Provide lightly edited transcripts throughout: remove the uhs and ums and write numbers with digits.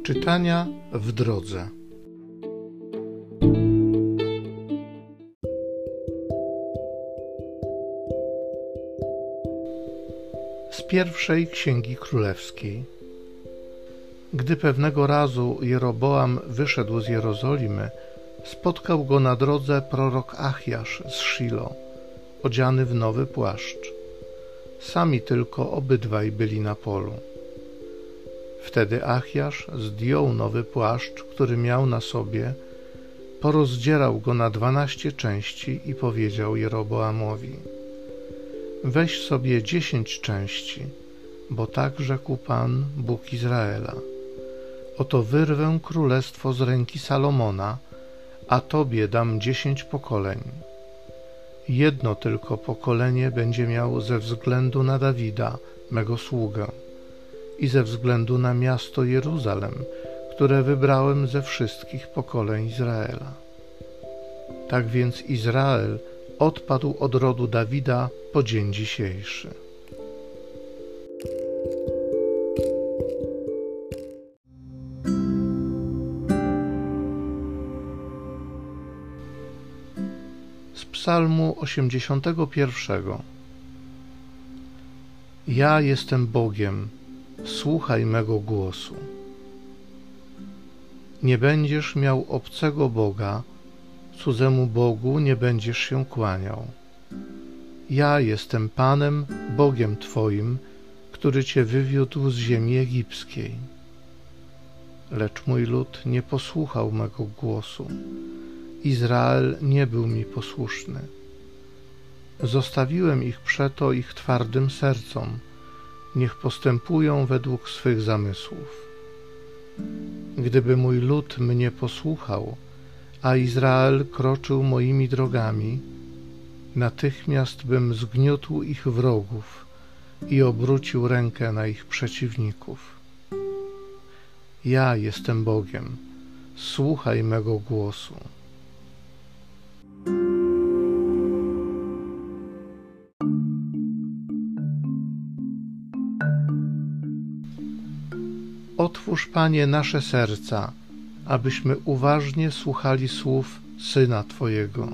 Czytania w drodze. Z pierwszej Księgi Królewskiej. Gdy pewnego razu Jeroboam wyszedł z Jerozolimy, spotkał go na drodze prorok Achiasz z Shilo, odziany w nowy płaszcz. Sami tylko obydwaj byli na polu. Wtedy Achiasz zdjął nowy płaszcz, który miał na sobie, porozdzierał go na 12 części i powiedział Jeroboamowi: weź sobie 10 części, bo tak rzekł Pan, Bóg Izraela. Oto wyrwę królestwo z ręki Salomona, a tobie dam 10 pokoleń. Jedno tylko pokolenie będzie miał ze względu na Dawida, mego sługę, i ze względu na miasto Jeruzalem, które wybrałem ze wszystkich pokoleń Izraela. Tak więc Izrael odpadł od rodu Dawida po dzień dzisiejszy. Z Psalmu 81. Ja jestem Bogiem, słuchaj mego głosu. Nie będziesz miał obcego Boga, cudzemu Bogu nie będziesz się kłaniał. Ja jestem Panem, Bogiem Twoim, który Cię wywiódł z ziemi egipskiej. Lecz mój lud nie posłuchał mego głosu. Izrael nie był mi posłuszny. Zostawiłem ich przeto ich twardym sercom, niech postępują według swych zamysłów. Gdyby mój lud mnie posłuchał, a Izrael kroczył moimi drogami, natychmiast bym zgniótł ich wrogów i obrócił rękę na ich przeciwników. Ja jestem Bogiem, słuchaj mego głosu. Otwórz, Panie, nasze serca, abyśmy uważnie słuchali słów Syna Twojego.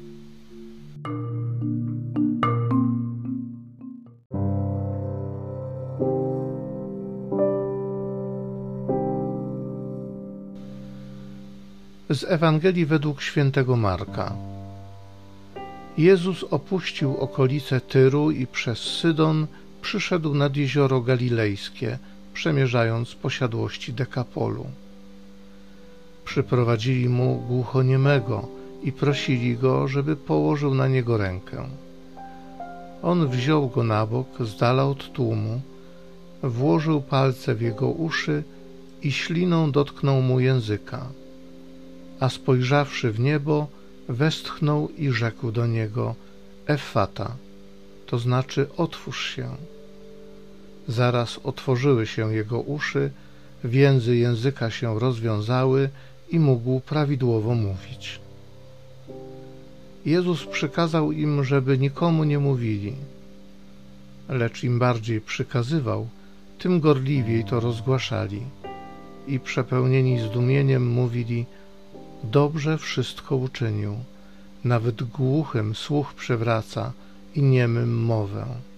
Z Ewangelii według świętego Marka. Jezus opuścił okolice Tyru i przez Sydon przyszedł nad jezioro Galilejskie, przemierzając posiadłości Dekapolu. Przyprowadzili mu głuchoniemego i prosili go, żeby położył na niego rękę. On wziął go na bok, z dala od tłumu, włożył palce w jego uszy i śliną dotknął mu języka. A spojrzawszy w niebo, westchnął i rzekł do niego: Effata, to znaczy otwórz się. Zaraz otworzyły się jego uszy, więzy języka się rozwiązały i mógł prawidłowo mówić. Jezus przykazał im, żeby nikomu nie mówili. Lecz im bardziej przykazywał, tym gorliwiej to rozgłaszali i przepełnieni zdumieniem mówili: dobrze wszystko uczynił, nawet głuchym słuch przywraca i niemym mowę.